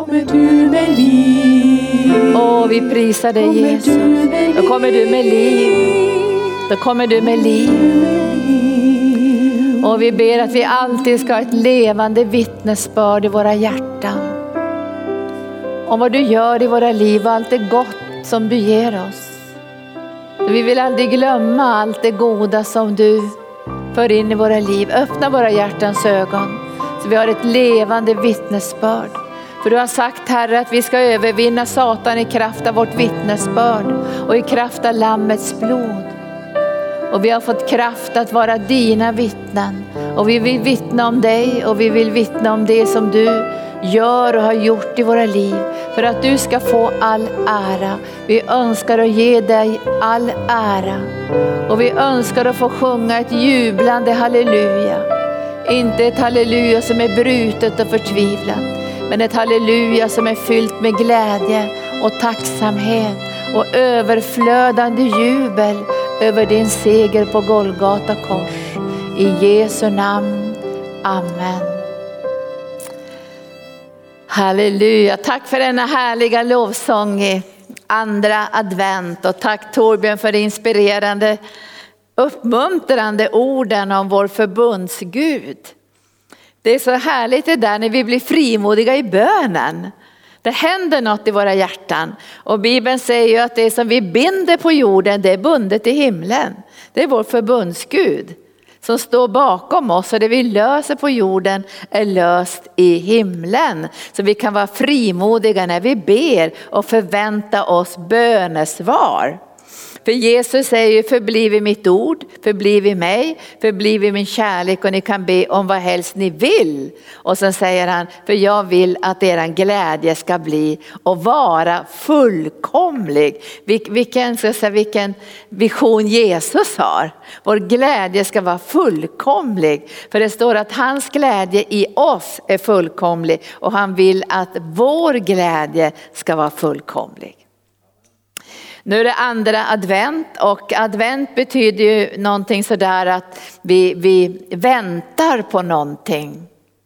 kommer du med liv. Vi prisar dig Jesus. Då kommer du med liv. Då kommer du med liv. Och vi ber att vi alltid ska ha ett levande vittnesbörd i våra hjärtan. Om vad du gör i våra liv och allt det gott som du ger oss. Vi vill aldrig glömma allt det goda som du för in i våra liv. Öppna våra hjärtans ögon så vi har ett levande vittnesbörd. För du har sagt, Herre, att vi ska övervinna Satan i kraft av vårt vittnesbörd och i kraft av Lammets blod. Och vi har fått kraft att vara dina vittnen. Och vi vill vittna om dig och vi vill vittna om det som du gör och har gjort i våra liv. För att du ska få all ära. Vi önskar att ge dig all ära. Och vi önskar att få sjunga ett jublande halleluja. Inte ett halleluja som är brutet och förtvivlat. Men ett halleluja som är fyllt med glädje och tacksamhet och överflödande jubel över din seger på Golgata kors. I Jesu namn. Amen. Halleluja. Tack för denna härliga lovsång i andra advent. Och tack Torbjörn för de inspirerande, uppmuntrande orden om vår förbundsgud. Det är så härligt det där när vi blir frimodiga i bönen. Det händer något i våra hjärtan. Och Bibeln säger ju att det som vi binder på jorden, det är bundet i himlen. Det är vår förbundsgud som står bakom oss. Och det vi löser på jorden är löst i himlen. Så vi kan vara frimodiga när vi ber och förvänta oss bönesvar. För Jesus säger ju, förblir vid mitt ord, förblir vid mig, förblir vid min kärlek och ni kan be om vad helst ni vill. Och sen säger han, för jag vill att eran glädje ska bli och vara fullkomlig. Vilken vision Jesus har. Vår glädje ska vara fullkomlig. För det står att hans glädje i oss är fullkomlig och han vill att vår glädje ska vara fullkomlig. Nu är det andra advent och advent betyder ju någonting sådär att vi väntar på någonting.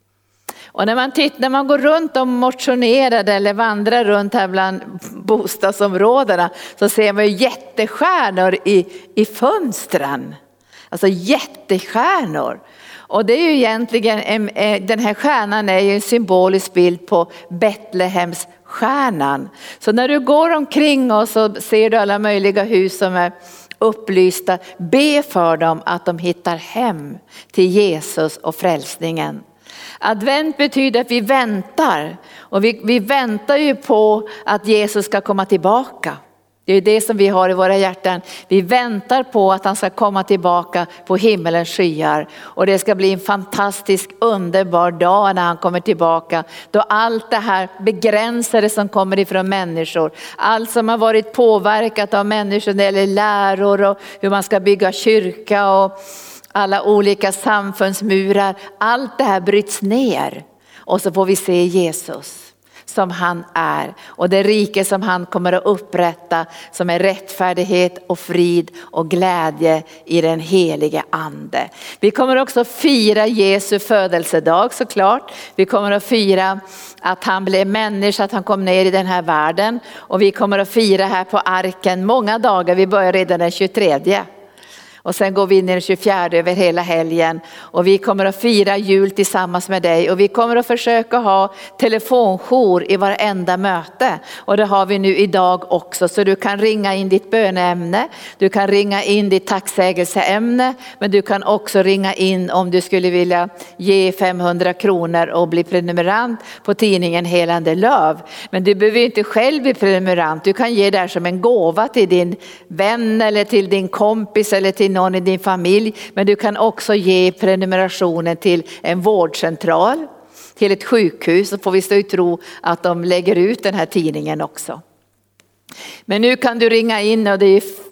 Och när man går runt och motionerar eller vandrar runt här bland bostadsområdena så ser man ju jättestjärnor i fönstren. Alltså jättestjärnor. Och det är ju egentligen, den här stjärnan är ju en symbolisk bild på Betlehems stjärnan. Så när du går omkring och så ser du alla möjliga hus som är upplysta, be för dem att de hittar hem till Jesus och frälsningen. Advent betyder att vi väntar och vi väntar ju på att Jesus ska komma tillbaka. Det är det som vi har i våra hjärtan. Vi väntar på att han ska komma tillbaka på himmelens skyar. Och det ska bli en fantastisk underbar dag när han kommer tillbaka. Då allt det här begränsade som kommer ifrån människor. Allt som har varit påverkat av människor när det gäller läror och hur man ska bygga kyrka och alla olika samfundsmurar. Allt det här bryts ner. Och så får vi se Jesus som han är och det rike som han kommer att upprätta som är rättfärdighet och frid och glädje i den helige ande. Vi kommer också fira Jesu födelsedag såklart. Vi kommer att fira att han blev människa, att han kom ner i den här världen och vi kommer att fira här på arken många dagar. Vi börjar redan den 23. Och sen går vi in i den 24 över hela helgen. Och vi kommer att fira jul tillsammans med dig. Och vi kommer att försöka ha telefonjour i varenda möte. Och det har vi nu idag också. Så du kan ringa in ditt böneämne. Du kan ringa in ditt tacksägelseämne. Men du kan också ringa in om du skulle vilja ge 500 kronor och bli prenumerant på tidningen Helande Löv. Men du behöver inte själv bli prenumerant. Du kan ge det här som en gåva till din vän eller till din kompis eller till någon i din familj, men du kan också ge prenumerationen till en vårdcentral, till ett sjukhus, så får vi stå och tro att de lägger ut den här tidningen också. Men nu kan du ringa in och det är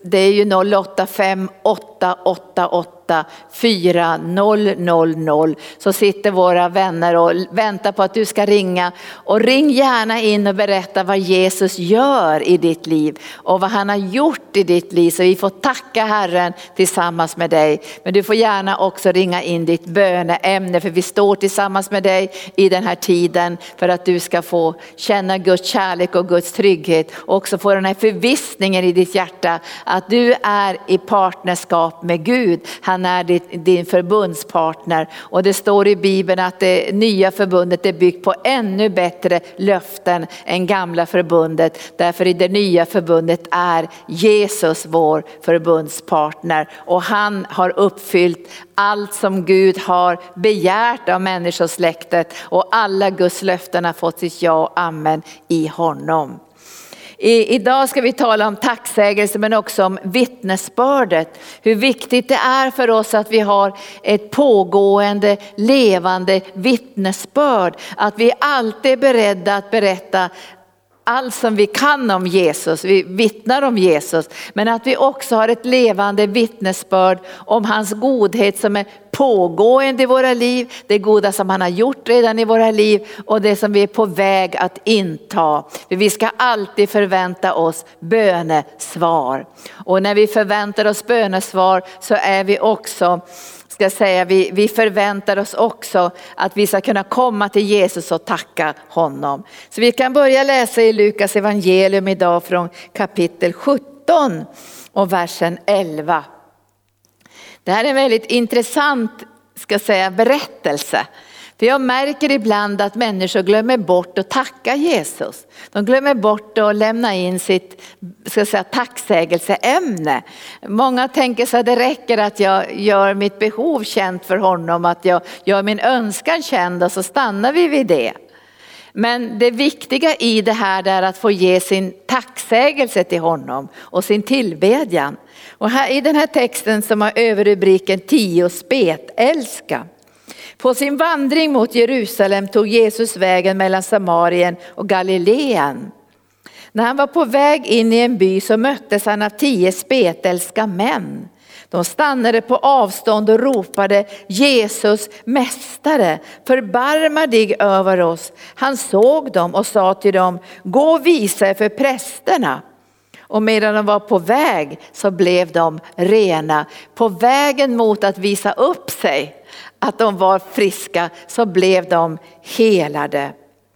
det är ju 085 888 4000. Så sitter våra vänner och väntar på att du ska ringa. Och ring gärna in och berätta vad Jesus gör i ditt liv och vad han har gjort i ditt liv. Så vi får tacka Herren tillsammans med dig. Men du får gärna också ringa in ditt böneämne, för vi står tillsammans med dig i den här tiden för att du ska få känna Guds kärlek och Guds trygghet. Och också få den här förvissningen i ditt hjärta att du är i partnerskap med Gud. Han är din förbundspartner, och det står i Bibeln att det nya förbundet är byggt på ännu bättre löften än gamla förbundet. Därför i det nya förbundet är Jesus vår förbundspartner, och han har uppfyllt allt som Gud har begärt av människosläktet, och alla Guds löften har fått sitt ja och amen i honom. Idag ska vi tala om tacksägelse, men också om vittnesbördet. Hur viktigt det är för oss att vi har ett pågående, levande vittnesbörd. Att vi alltid är beredda att berätta allt som vi kan om Jesus. Vi vittnar om Jesus, men att vi också har ett levande vittnesbörd om hans godhet som är pågående i våra liv. Det goda som han har gjort redan i våra liv och det som vi är på väg att inta. För vi ska alltid förvänta oss bönesvar. Och när vi förväntar oss bönesvar så är vi också, vi förväntar oss också att vi ska kunna komma till Jesus och tacka honom. Så vi kan börja läsa i Lukas evangelium idag från kapitel 17 och versen 11. Det här är en väldigt intressant berättelse. För jag märker ibland att människor glömmer bort att tacka Jesus. De glömmer bort att lämna in sitt tacksägelseämne. Många tänker så att det räcker att jag gör mitt behov känt för honom, att jag gör min önskan känd, och så stannar vi vid det. Men det viktiga i det här är att få ge sin tacksägelse till honom och sin tillbedjan. Och här i den här texten som har överrubriken 10 spetälska. På sin vandring mot Jerusalem tog Jesus vägen mellan Samarien och Galileen. När han var på väg in i en by så möttes han av 10 spetälska män. De stannade på avstånd och ropade: Jesus, mästare, förbarma dig över oss. Han såg dem och sa till dem: gå och visa er för prästerna. Och medan de var på väg så blev de rena. På vägen mot att visa upp sig att de var friska så blev de helade.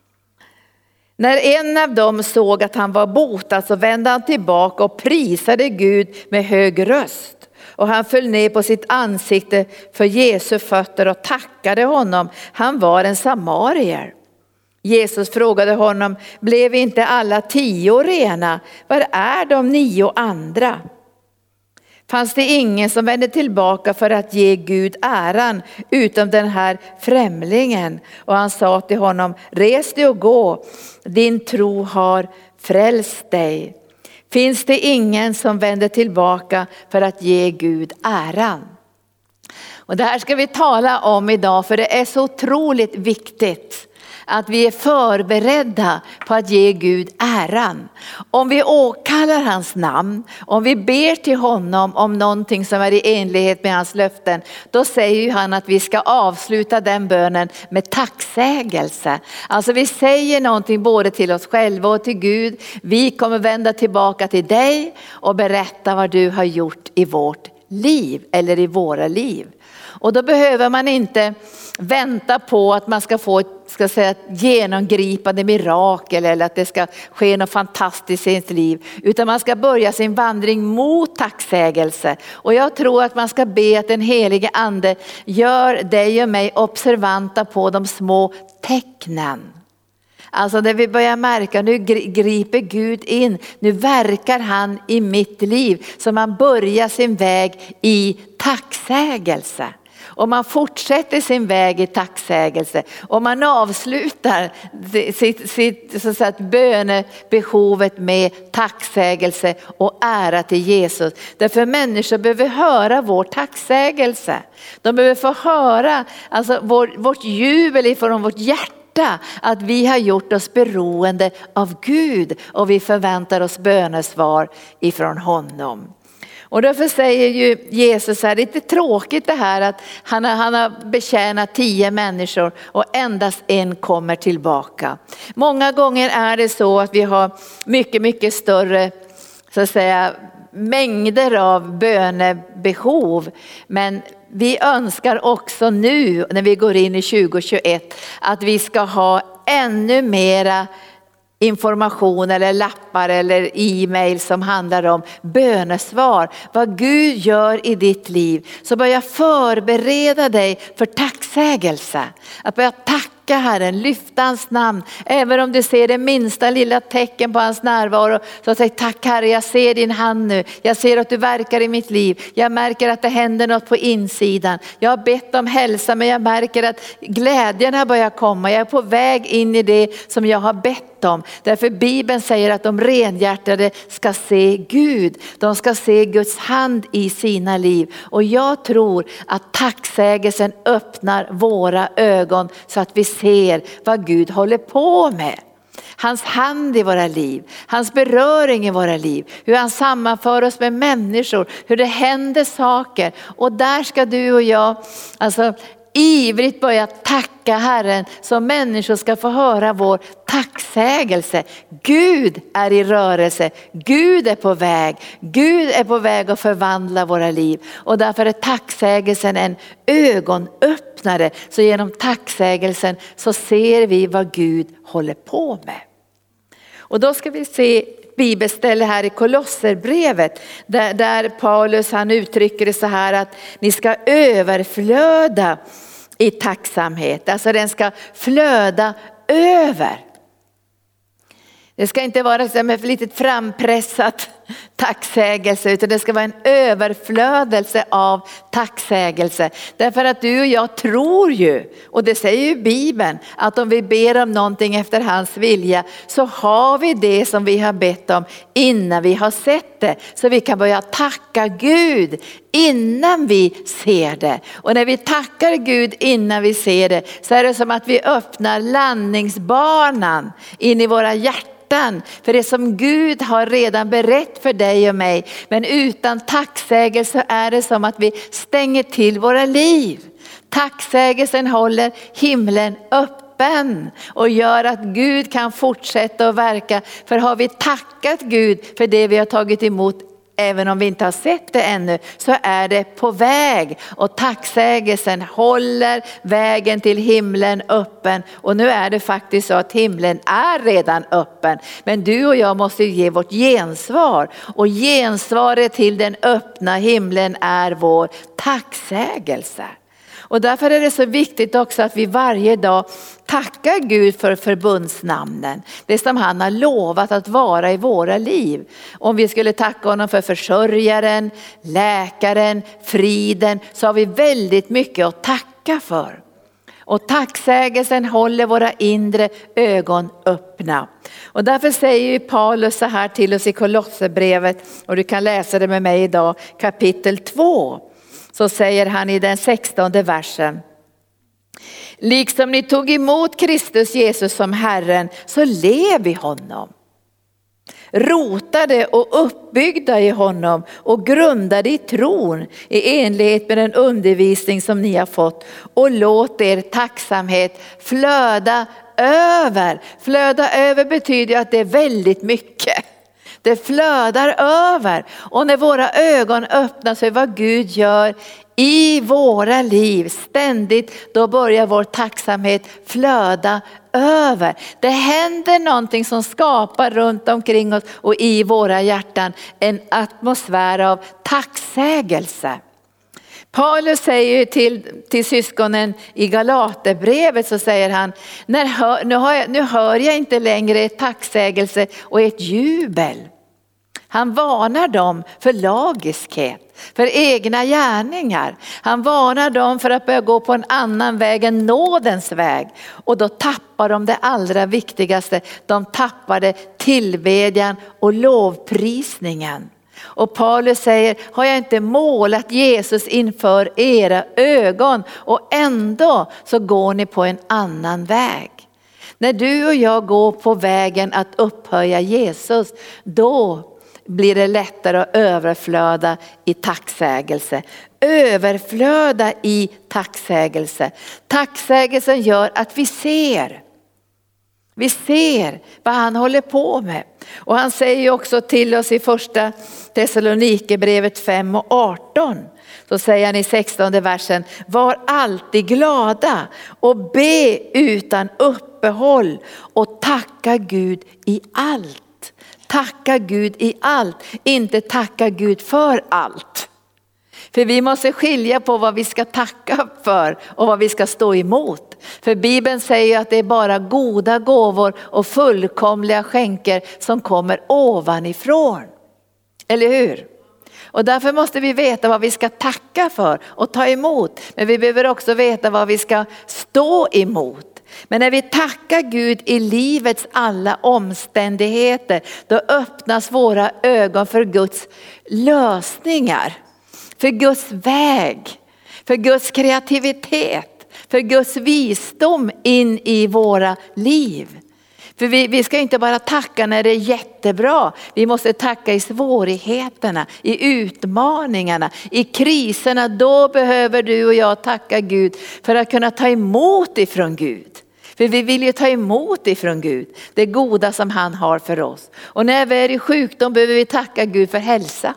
När en av dem såg att han var botad så vände han tillbaka och prisade Gud med hög röst. Och han föll ner på sitt ansikte för Jesu fötter och tackade honom. Han var en samarier. Jesus frågade honom: blev inte alla 10 rena? Var är de 9 andra? Fanns det ingen som vände tillbaka för att ge Gud äran utom den här främlingen? Och han sa till honom: res dig och gå, din tro har frälst dig. Finns det ingen som vänder tillbaka för att ge Gud äran? Och det här ska vi tala om idag, för det är så otroligt viktigt att vi är förberedda på att ge Gud äran. Om vi åkallar hans namn, om vi ber till honom om någonting som är i enlighet med hans löften, då säger ju han att vi ska avsluta den bönen med tacksägelse. Alltså vi säger någonting både till oss själva och till Gud. Vi kommer vända tillbaka till dig och berätta vad du har gjort i vårt liv eller i våra liv. Och då behöver man inte vänta på att man ska få ett genomgripande mirakel eller att det ska ske något fantastiskt i ens liv. Utan man ska börja sin vandring mot tacksägelse. Och jag tror att man ska be att den helige ande gör dig och mig observanta på de små tecknen. Alltså när vi börjar märka, nu griper Gud in, nu verkar han i mitt liv. Så man börjar sin väg i tacksägelse. Och man fortsätter sin väg i tacksägelse. Och man avslutar sitt bönebehovet med tacksägelse och ära till Jesus. Därför människor behöver höra vår tacksägelse. De behöver få höra vårt jubel ifrån vårt hjärta. Att vi har gjort oss beroende av Gud och vi förväntar oss bönesvar ifrån honom. Och därför säger ju Jesus här, det är lite tråkigt det här att han har betjänat 10 människor och endast en kommer tillbaka. Många gånger är det så att vi har mycket större, så att säga, mängder av bönebehov. Men vi önskar också nu när vi går in i 2021 att vi ska ha ännu mera information eller lappar eller e-mail som handlar om bönesvar. Vad Gud gör i ditt liv. Så börja förbereda dig för tacksägelse. Att börja tacka Herren, lyfta hans namn. Även om du ser det minsta lilla tecken på hans närvaro. Så säg tack Herre, jag ser din hand nu. Jag ser att du verkar i mitt liv. Jag märker att det händer något på insidan. Jag har bett om hälsa men jag märker att glädjen har börjat komma. Jag är på väg in i det som jag har bett om. Därför Bibeln säger att de renhjärtade ska se Gud. De ska se Guds hand i sina liv. Och jag tror att tacksägelsen öppnar våra ögon så att vi ser vad Gud håller på med. Hans hand i våra liv, hans beröring i våra liv, hur han sammanför oss med människor, hur det händer saker. Och där ska du och jag ivrigt börja tacka Herren så människor ska få höra vår tacksägelse. Gud är i rörelse, Gud är på väg, Gud är på väg att förvandla våra liv. Och därför är tacksägelsen en ögonöppnare. Så genom tacksägelsen så ser vi vad Gud håller på med. Och då ska vi se bibelställe här i Kolosserbrevet där Paulus han uttrycker det så här att ni ska överflöda i tacksamhet. Alltså den ska flöda över. Det ska inte vara som ett litet frampressat tacksägelse utan det ska vara en överflödelse av tacksägelse. Därför att du och jag tror ju, och det säger ju Bibeln, att om vi ber om någonting efter hans vilja så har vi det som vi har bett om innan vi har sett det. Så vi kan börja tacka Gud innan vi ser det. Och när vi tackar Gud innan vi ser det så är det som att vi öppnar landningsbanan in i våra hjärtan. För det som Gud har redan berättat för dig och mig. Men utan tacksägelse är det som att vi stänger till våra liv. Tacksägelsen håller himlen öppen och gör att Gud kan fortsätta att verka. För har vi tackat Gud för det vi har tagit emot, även om vi inte har sett det ännu, så är det på väg. Och tacksägelsen håller vägen till himlen öppen. Och nu är det faktiskt så att himlen är redan öppen. Men du och jag måste ge vårt gensvar. Och gensvaret till den öppna himlen är vår tacksägelse. Och därför är det så viktigt också att vi varje dag tackar Gud för förbundsnamnen. Det som han har lovat att vara i våra liv. Om vi skulle tacka honom för försörjaren, läkaren, friden, så har vi väldigt mycket att tacka för. Och tacksägelsen håller våra inre ögon öppna. Och därför säger ju Paulus så här till oss i Kolosserbrevet, och du kan läsa det med mig idag, kapitel 2. Så säger han i den 16:e versen. Liksom ni tog emot Kristus Jesus som Herren, så lev i honom. Rotade och uppbyggda i honom och grundade i tron i enlighet med den undervisning som ni har fått. Och låt er tacksamhet flöda över. Flöda över betyder att det är väldigt mycket. Det flödar över. Och när våra ögon öppnas för vad Gud gör i våra liv ständigt, då börjar vår tacksamhet flöda över. Det händer någonting som skapar runt omkring oss och i våra hjärtan en atmosfär av tacksägelse. Paulus säger till syskonen i Galaterbrevet, så säger han, nu hör jag inte längre ett tacksägelse och ett jubel. Han varnar dem för lagiskhet, för egna gärningar. Han varnar dem för att börja gå på en annan väg än nådens väg. Och då tappar de det allra viktigaste. De tappade tillbedjan och lovprisningen. Och Paulus säger, har jag inte målat Jesus inför era ögon och ändå så går ni på en annan väg. När du och jag går på vägen att upphöja Jesus, då blir det lättare att överflöda i tacksägelse. Överflöda i tacksägelse. Tacksägelsen gör att vi ser. Vi ser vad han håller på med. Och han säger också till oss i första Thessalonikerbrevet 5:18. Så säger han i 16:e versen: var alltid glada och be utan uppehåll och tacka Gud i allt. Tacka Gud i allt, inte tacka Gud för allt. För vi måste skilja på vad vi ska tacka för och vad vi ska stå emot. För Bibeln säger att det är bara goda gåvor och fullkomliga skänker som kommer ovanifrån. Eller hur? Och därför måste vi veta vad vi ska tacka för och ta emot. Men vi behöver också veta vad vi ska stå emot. Men när vi tackar Gud i livets alla omständigheter, då öppnas våra ögon för Guds lösningar. För Guds väg, för Guds kreativitet, för Guds visdom in i våra liv. För vi ska inte bara tacka när det är jättebra. Vi måste tacka i svårigheterna, i utmaningarna, i kriserna. Då behöver du och jag tacka Gud för att kunna ta emot ifrån Gud. För vi vill ju ta emot ifrån Gud det goda som han har för oss. Och när vi är i sjukdom behöver vi tacka Gud för hälsa.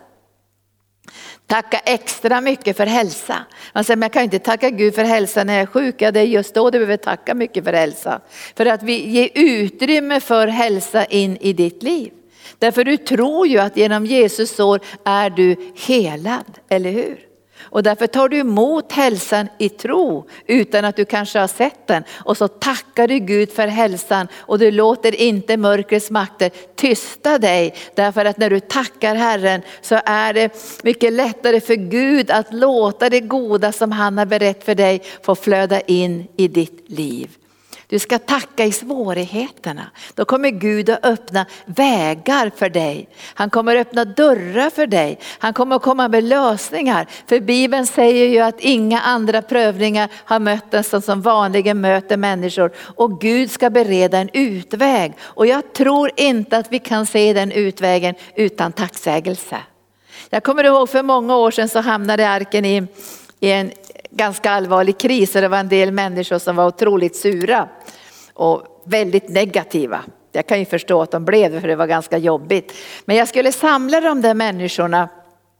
Tacka extra mycket för hälsa. Man säger, men jag kan inte tacka Gud för hälsa när jag är sjuk. Ja, det är just då du behöver tacka mycket för hälsa. För att vi ger utrymme för hälsa in i ditt liv. Därför du tror ju att genom Jesus sår är du helad, eller hur? Och därför tar du emot hälsan i tro utan att du kanske har sett den. Och så tackar du Gud för hälsan och du låter inte mörkrets makter tysta dig. Därför att när du tackar Herren så är det mycket lättare för Gud att låta det goda som han har berett för dig få flöda in i ditt liv. Du ska tacka i svårigheterna. Då kommer Gud att öppna vägar för dig. Han kommer att öppna dörrar för dig. Han kommer att komma med lösningar. För Bibeln säger ju att inga andra prövningar har mött en som vanligen möter människor. Och Gud ska bereda en utväg. Och jag tror inte att vi kan se den utvägen utan tacksägelse. Jag kommer ihåg för många år sedan så hamnade arken i en ganska allvarlig kris och det var en del människor som var otroligt sura och väldigt negativa. Jag kan ju förstå att de blev det för det var ganska jobbigt. Men jag skulle samla de där människorna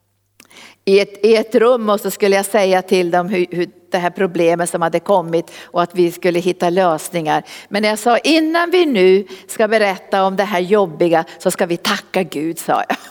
i ett rum och så skulle jag säga till dem hur det här problemet som hade kommit och att vi skulle hitta lösningar. Men jag sa innan vi nu ska berätta om det här jobbiga så ska vi tacka Gud, sa jag.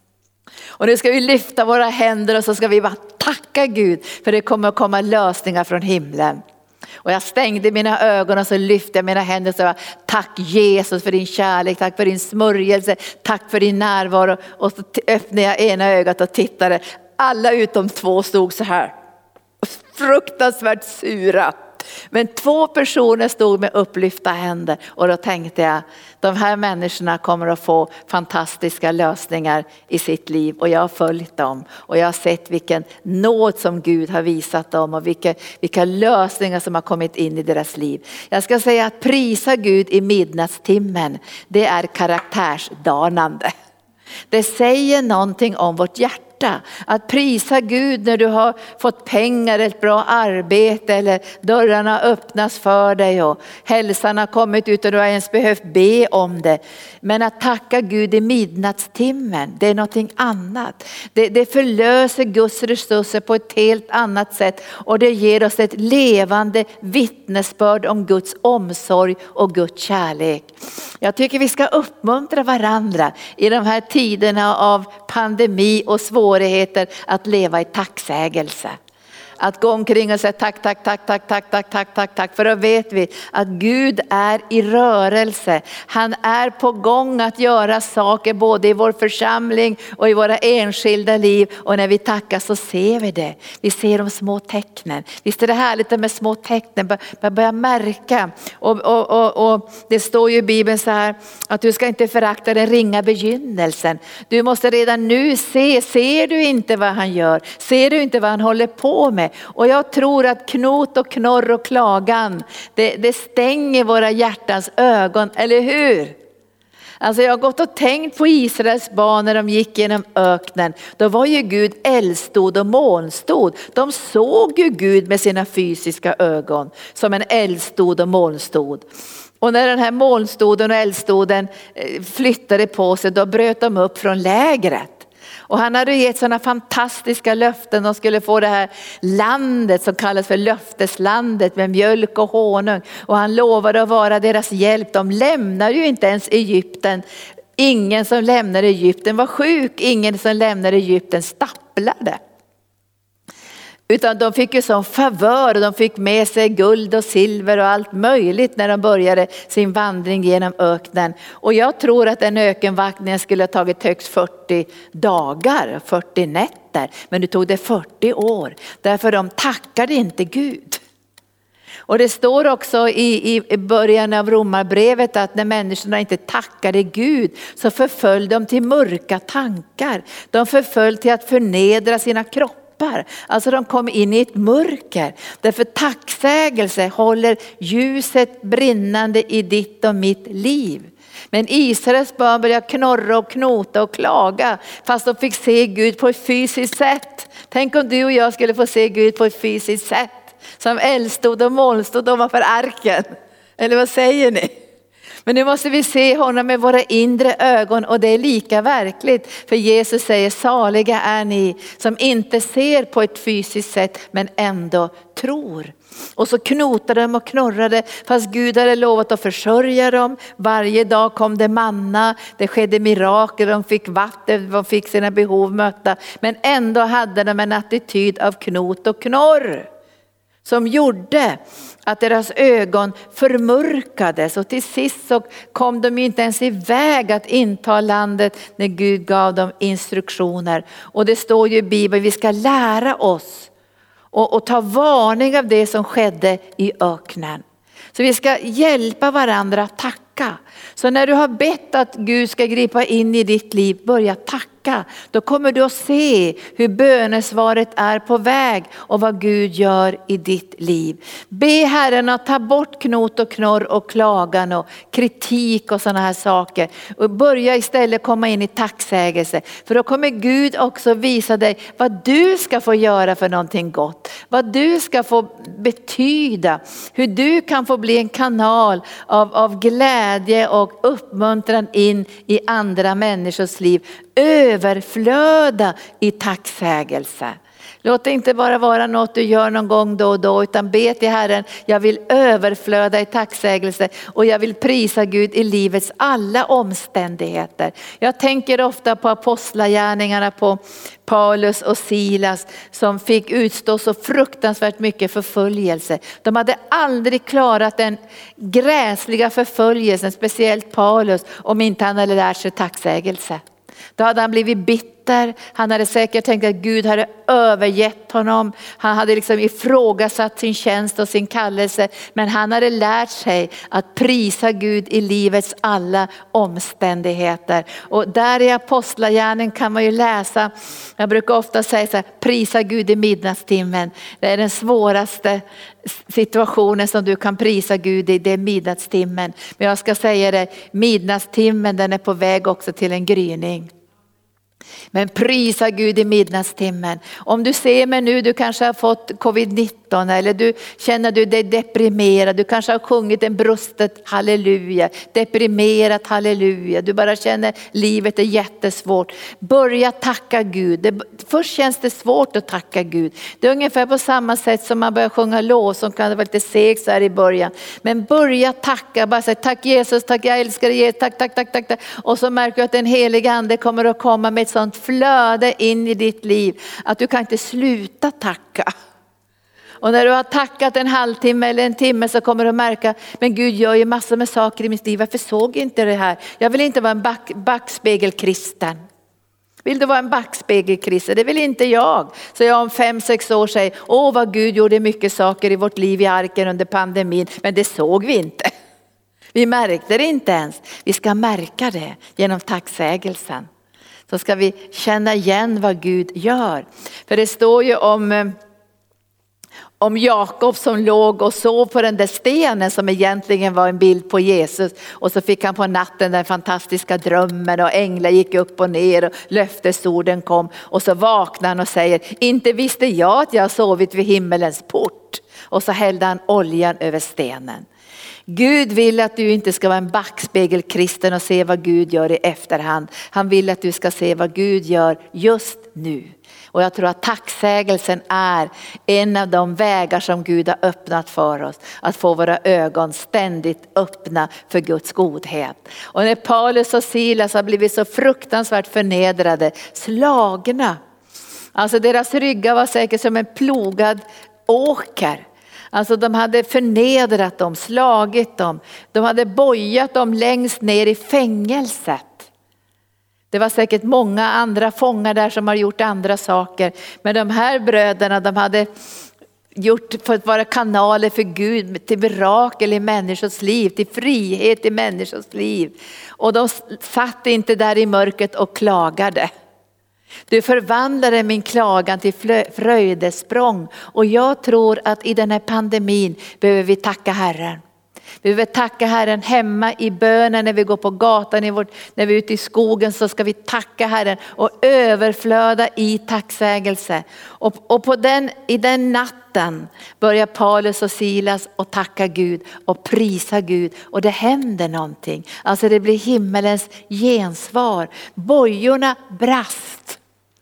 Och nu ska vi lyfta våra händer och så ska vi bara tacka Gud för det kommer att komma lösningar från himlen. Och jag stängde mina ögon och så lyfte jag mina händer och sa tack Jesus för din kärlek, tack för din smörjelse, tack för din närvaro. Och så öppnade jag ena ögat och tittade. Alla utom 2 stod så här, fruktansvärt sura. Men 2 personer stod med upplyfta händer och då tänkte jag, de här människorna kommer att få fantastiska lösningar i sitt liv och jag har följt dem och jag har sett vilken nåd som Gud har visat dem och vilka lösningar som har kommit in i deras liv. Jag ska säga att prisa Gud i midnattstimmen, det är karaktärsdanande. Det säger någonting om vårt hjärta. Att prisa Gud när du har fått pengar, ett bra arbete eller dörrarna öppnas för dig och hälsan har kommit ut och du har ens behövt be om det. Men att tacka Gud i midnattstimmen, det är någonting annat. Det förlöser Guds resurser på ett helt annat sätt och det ger oss ett levande vittnesbörd om Guds omsorg och Guds kärlek. Jag tycker vi ska uppmuntra varandra i de här tiderna av pandemi och svårigheter att leva i tacksägelse. Att gå omkring och säga tack, tack, tack, tack, tack, tack, tack, tack, tack. För då vet vi att Gud är i rörelse. Han är på gång att göra saker både i vår församling och i våra enskilda liv. Och när vi tackar så ser vi det. Vi ser de små tecknen. Visst är det härligt med små tecknen. Börja märka. Och det står ju i Bibeln så här att du ska inte förakta den ringa begynnelsen. Du måste redan nu se. Ser du inte vad han gör? Ser du inte vad han håller på med? Och jag tror att knot och knorr och klagan, det stänger våra hjärtans ögon, eller hur? Alltså jag har gått och tänkt på Israels barn när de gick genom öknen. Då var ju Gud eldstod och molnstod. De såg ju Gud med sina fysiska ögon som en eldstod och molnstod. Och när den här molnstoden och eldstoden flyttade på sig, då bröt de upp från lägret. Och han hade gett sådana fantastiska löften. De skulle få det här landet som kallas för löfteslandet med mjölk och honung. Och han lovade att vara deras hjälp. De lämnar ju inte ens Egypten. Ingen som lämnar Egypten var sjuk. Ingen som lämnar Egypten stapplade. Utan de fick ju sån favör och de fick med sig guld och silver och allt möjligt när de började sin vandring genom öknen. Och jag tror att den ökenvandringen skulle ha tagit högst 40 dagar, 40 nätter. Men det tog det 40 år, därför de tackade inte Gud. Och det står också i början av Romarbrevet att när människorna inte tackade Gud så förföll de till mörka tankar. De förföll till att förnedra sina kroppar. Alltså de kom in i ett mörker. Därför tacksägelse håller ljuset brinnande i ditt och mitt liv. Men Israels barn började knorra och knota och klaga fast de fick se Gud på ett fysiskt sätt. Tänk om du och jag skulle få se Gud på ett fysiskt sätt. Som eldstod och molnstod ovanför arken. Eller vad säger ni? Men nu måste vi se honom med våra inre ögon och det är lika verkligt. För Jesus säger saliga är ni som inte ser på ett fysiskt sätt men ändå tror. Och så knotade de och knorrade fast Gud hade lovat att försörja dem. Varje dag kom det manna, det skedde mirakel, de fick vatten, de fick sina behov mötta. Men ändå hade de en attityd av knot och knorr. Som gjorde att deras ögon förmörkades och till sist så kom de inte ens iväg att inta landet när Gud gav dem instruktioner. Och det står ju i Bibeln, vi ska lära oss och ta varning av det som skedde i öknen. Så vi ska hjälpa varandra att tacka. Så när du har bett att Gud ska gripa in i ditt liv, börja tacka. Då kommer du att se hur bönesvaret är på väg och vad Gud gör i ditt liv. Be Herren att ta bort knot och knorr och klagan och kritik och sådana här saker. Och börja istället komma in i tacksägelse. För då kommer Gud också visa dig vad du ska få göra för någonting gott. Vad du ska få betyda. Hur du kan få bli en kanal av glädje och uppmuntran in i andra människors liv. Överflöda i tacksägelse. Låt det inte bara vara något du gör någon gång då och då, utan be till Herren, jag vill överflöda i tacksägelse och jag vill prisa Gud i livets alla omständigheter. Jag tänker ofta på apostlagärningarna, på Paulus och Silas som fick utstå så fruktansvärt mycket förföljelse. De hade aldrig klarat den gräsliga förföljelsen, speciellt Paulus, om inte han hade lärt sig tacksägelse. Då hade han blivit bitter. Han hade säkert tänkt att Gud hade övergett honom. Han hade liksom ifrågasatt sin tjänst och sin kallelse. Men han hade lärt sig att prisa Gud i livets alla omständigheter. Och där i apostlagärningen kan man ju läsa. Jag brukar ofta säga så här, prisa Gud i midnattstimmen. Det är den svåraste situationen som du kan prisa Gud i, det är midnattstimmen. Men jag ska säga det, midnattstimmen den är på väg också till en gryning. Men prisa Gud i midnattstimmen. Om du ser mig nu, du kanske har fått covid-19 eller du känner du dig deprimerad. Du kanske har sjungit en brustet halleluja, deprimerat halleluja. Du bara känner livet är jättesvårt. Börja tacka Gud. Först känns det svårt att tacka Gud. Det är ungefär på samma sätt som man börjar sjunga lov som kan vara lite segt så här i början. Men börja tacka, bara säga tack Jesus, tack jag älskar Jesus, tack. Och så märker du att den heliga ande kommer att komma med ett sånt flöde in i ditt liv att du kan inte sluta tacka. Och när du har tackat en halvtimme eller en timme så kommer du märka, men Gud gör ju massor med saker i mitt liv. Varför såg inte det här? Jag vill inte vara en backspegelkristen. Vill du vara en backspegelkristen? Det vill inte jag. Så jag om 5-6 år säger, vad Gud gjorde mycket saker i vårt liv i arken under pandemin. Men det såg vi inte. Vi märkte det inte ens. Vi ska märka det genom tacksägelsen. Så ska vi känna igen vad Gud gör. För det står ju om Om Jakob som låg och sov på den där stenen som egentligen var en bild på Jesus. Och så fick han på natten den fantastiska drömmen och änglar gick upp och ner och löftesorden kom. Och så vaknade han och säger, inte visste jag att jag har sovit vid himmelens port. Och så hällde han oljan över stenen. Gud vill att du inte ska vara en backspegelkristen och se vad Gud gör i efterhand. Han vill att du ska se vad Gud gör just nu. Och jag tror att tacksägelsen är en av de vägar som Gud har öppnat för oss. Att få våra ögon ständigt öppna för Guds godhet. Och när Paulus och Silas har blivit så fruktansvärt förnedrade, slagna. Alltså deras ryggar var säkert som en plogad åker. Alltså de hade förnedrat dem, slagit dem. De hade bojat dem längst ner i fängelset. Det var säkert många andra fångar där som har gjort andra saker. Men de här bröderna, de hade gjort för att vara kanaler för Gud, till mirakel i människors liv, till frihet i människors liv. Och de satt inte där i mörkret och klagade. Du förvandlade min klagan till fröjdesprång. Och jag tror att i den här pandemin behöver vi tacka Herren. Vi behöver tacka Herren hemma i bönen, när vi går på gatan, när vi är ute i skogen, så ska vi tacka Herren och överflöda i tacksägelse. Och i den natten börjar Paulus och Silas att tacka Gud och prisa Gud. Och det händer någonting. Alltså det blir himmelens gensvar. Bojorna brast.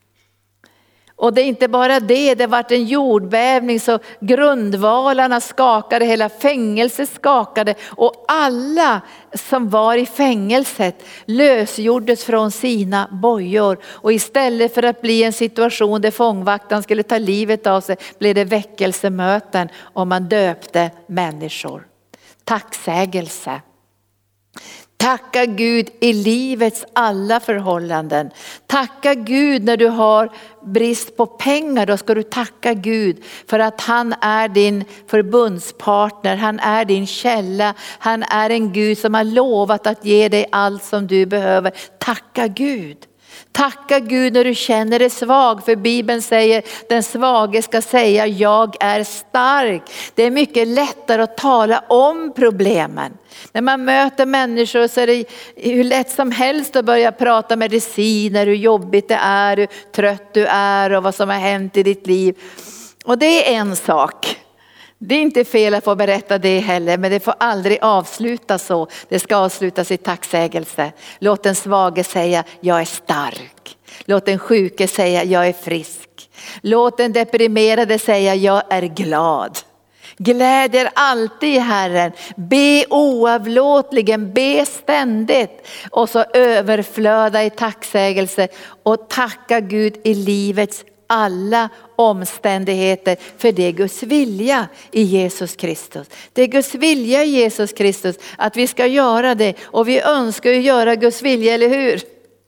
Och det är inte bara det varit en jordbävning så grundvalarna skakade, hela fängelset skakade och alla som var i fängelset lösgjordes från sina bojor. Och istället för att bli en situation där fångvakten skulle ta livet av sig blev det väckelsemöten och man döpte människor. Tacksägelse. Tacka Gud i livets alla förhållanden. Tacka Gud när du har brist på pengar. Då ska du tacka Gud för att han är din förbundspartner. Han är din källa. Han är en Gud som har lovat att ge dig allt som du behöver. Tacka Gud. Tacka Gud när du känner dig svag, för Bibeln säger den svage ska säga jag är stark. Det är mycket lättare att tala om problemen. När man möter människor så är det hur lätt som helst att börja prata mediciner, hur jobbigt det är, hur trött du är och vad som har hänt i ditt liv. Och det är en sak. Det är inte fel att få berätta det heller, men det får aldrig avslutas så. Det ska avslutas i tacksägelse. Låt den svage säga jag är stark. Låt den sjuke säga jag är frisk. Låt den deprimerade säga jag är glad. Glädjer alltid i Herren. Be oavlåtligen, be ständigt. Och så överflöda i tacksägelse och tacka Gud i livets alla omständigheter, för det är Guds vilja i Jesus Kristus. Det är Guds vilja i Jesus Kristus att vi ska göra det, och vi önskar ju göra Guds vilja, eller hur?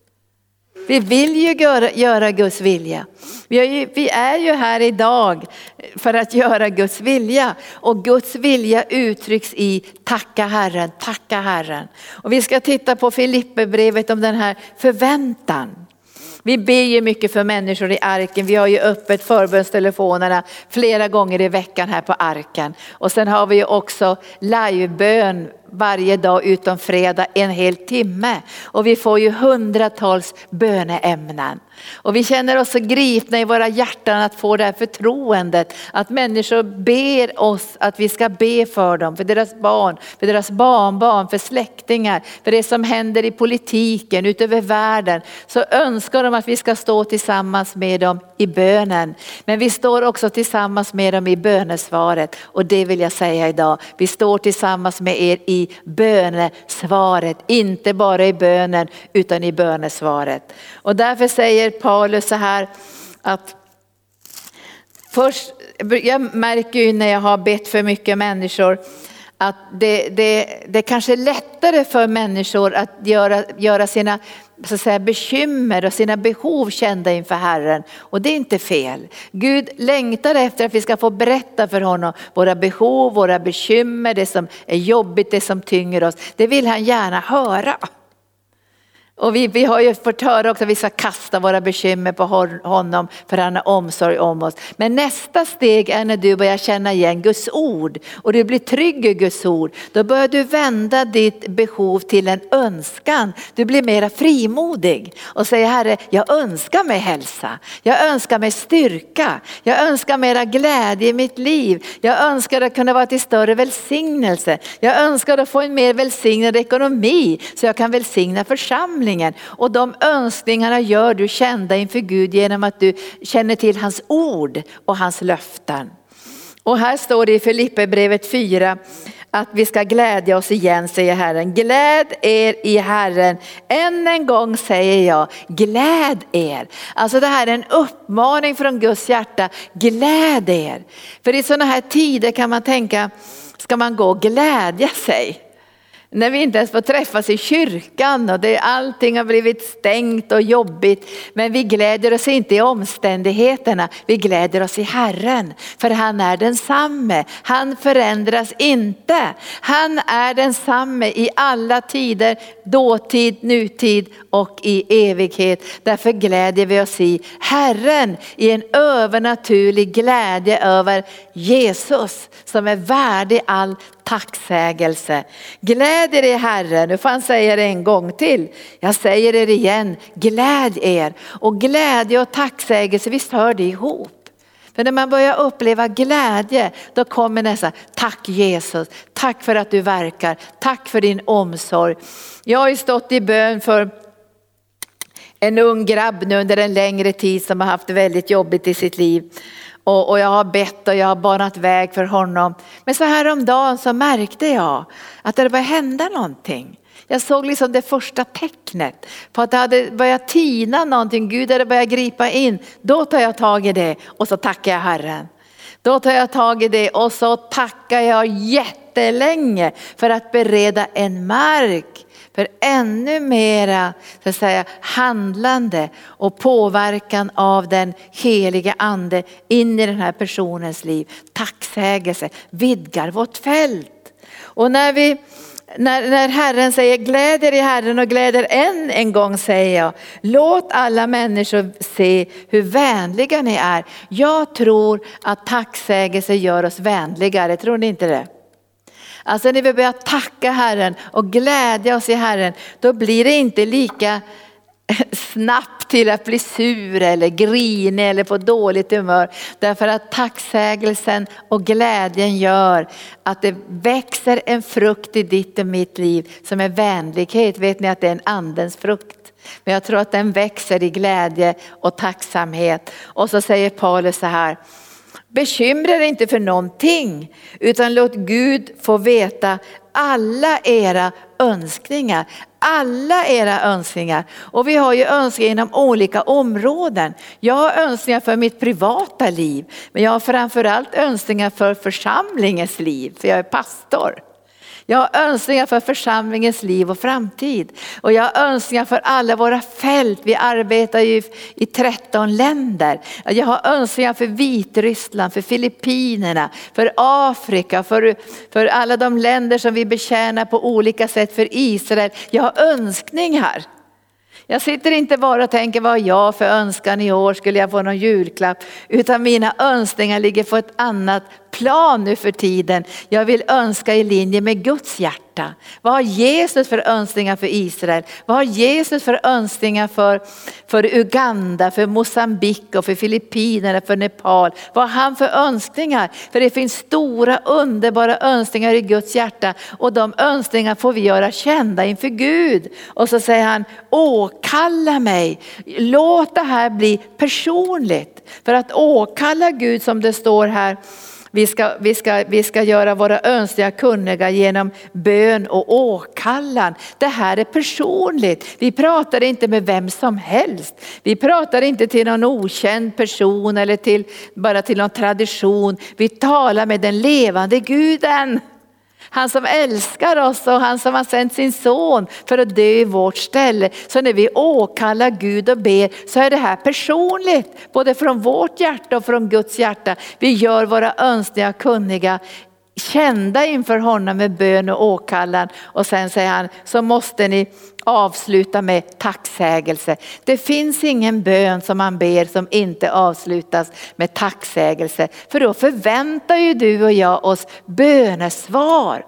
Vi vill ju göra Guds vilja. Vi är ju här idag för att göra Guds vilja, och Guds vilja uttrycks i tacka Herren, tacka Herren. Och vi ska titta på Filipperbrevet om den här förväntan. Vi ber ju mycket för människor i arken. Vi har ju öppet förbönstelefonerna flera gånger i veckan här på arken. Och sen har vi ju också livebön varje dag utom fredag, en hel timme. Och vi får ju hundratals böneämnen. Och vi känner oss så gripna i våra hjärtan att få det här förtroendet. Att människor ber oss att vi ska be för dem, för deras barn, för deras barnbarn, för släktingar, för det som händer i politiken, utöver världen. Så önskar de att vi ska stå tillsammans med dem i bönen. Men vi står också tillsammans med dem i bönesvaret. Och det vill jag säga idag. Vi står tillsammans med er i bönesvaret. Inte bara i bönen utan i bönesvaret. Och därför säger Paulus så här att först, jag märker ju när jag har bett för mycket människor att det kanske är lättare för människor att göra sina så att säga, bekymmer och sina behov kända inför Herren. Och det är inte fel. Gud längtar efter att vi ska få berätta för honom våra behov, våra bekymmer, det som är jobbigt, det som tynger oss. Det vill han gärna höra. Och vi har ju fått höra också att vi ska kasta våra bekymmer på honom för han har omsorg om oss. Men nästa steg är när du börjar känna igen Guds ord och du blir trygg i Guds ord. Då börjar du vända ditt behov till en önskan. Du blir mera frimodig och säger Herre, jag önskar mig hälsa. Jag önskar mig styrka. Jag önskar mera glädje i mitt liv. Jag önskar att kunna vara till större välsignelse. Jag önskar att få en mer välsignad ekonomi så jag kan välsigna församlingen. Och de önskningarna gör du kända inför Gud genom att du känner till hans ord och hans löften. Och här står det i Filipperbrevet 4 att vi ska glädja oss igen, säger Herren. Gläd er i Herren. Än en gång säger jag, gläd er. Alltså det här är en uppmaning från Guds hjärta. Gläd er. För i sådana här tider kan man tänka, ska man gå och glädja sig? När vi inte ens får träffas i kyrkan och allting har blivit stängt och jobbigt. Men vi gläder oss inte i omständigheterna. Vi gläder oss i Herren. För han är densamme. Han förändras inte. Han är densamme i alla tider, dåtid, nutid och i evighet. Därför gläder vi oss i Herren i en övernaturlig glädje över Jesus som är värdig all tacksägelse. Gläd er i Herren. Nu får han säga det en gång till. Jag säger det igen. Gläd er. Och glädje och tacksägelse, visst hör det ihop. För när man börjar uppleva glädje, då kommer nästa, tack Jesus. Tack för att du verkar. Tack för din omsorg. Jag har ju stått i bön för en ung grabb nu under en längre tid som har haft det väldigt jobbigt i sitt liv. Och jag har bett och jag har banat väg för honom. Men så här om dagen så märkte jag att det började hända någonting. Jag såg liksom det första tecknet på att det hade börjat tina någonting. Gud hade börjat gripa in. Då tar jag tag i det och så tackar jag Herren. Då tar jag tag i det och så tackar jag jättelänge för att bereda en mark. För ännu mera så att säga, handlande och påverkan av den heliga ande in i den här personens liv. Tacksägelse vidgar vårt fält. Och när Herren säger gläder i Herren och gläder än en gång säger jag. Låt alla människor se hur vänliga ni är. Jag tror att tacksägelse gör oss vänligare. Tror ni inte det? Alltså när vi börjar tacka Herren och glädja oss i Herren, då blir det inte lika snabbt till att bli sur eller grinig eller på dåligt humör. Därför att tacksägelsen och glädjen gör att det växer en frukt i ditt och mitt liv som är vänlighet. Vet ni att det är en andens frukt? Men jag tror att den växer i glädje och tacksamhet. Och så säger Paulus så här. Bekymra dig inte för någonting utan låt Gud få veta alla era önskningar. Alla era önskningar. Och vi har ju önskningar inom olika områden. Jag har önskningar för mitt privata liv. Men jag har framförallt önskningar för församlingens liv. För jag är pastor. Jag har önskningar för församlingens liv och framtid. Och jag har önskningar för alla våra fält. Vi arbetar ju i 13 länder. Jag har önskningar för Vitryssland, för Filippinerna, för Afrika, för alla de länder som vi betjänar på olika sätt, för Israel. Jag har önskningar. Jag sitter inte bara och tänker vad jag för önskan i år, skulle jag få någon julklapp. Utan mina önskningar ligger på ett annat plan nu för tiden. Jag vill önska i linje med Guds hjärta. Vad har Jesus för önskningar för Israel? Vad har Jesus för önskningar för Uganda, för Mosambik och för Filippinerna, för Nepal? Vad har han för önskningar? För det finns stora underbara önskningar i Guds hjärta. Och de önskningar får vi göra kända inför Gud. Och så säger han, åkalla mig. Låt det här bli personligt. För att åkalla Gud, som det står här. Vi ska göra våra önskningar kunniga genom bön och åkallan. Det här är personligt. Vi pratar inte med vem som helst. Vi pratar inte till någon okänd person eller bara till någon tradition. Vi talar med den levande Guden. Han som älskar oss och han som har sänt sin son för att dö i vårt ställe. Så när vi åkallar Gud och ber så är det här personligt. Både från vårt hjärta och från Guds hjärta. Vi gör våra önskningar kunniga kända inför honom med bön och åkallan. Och sen säger han, så måste ni avsluta med tacksägelse. Det finns ingen bön som man ber som inte avslutas med tacksägelse. För då förväntar ju du och jag oss bönesvar.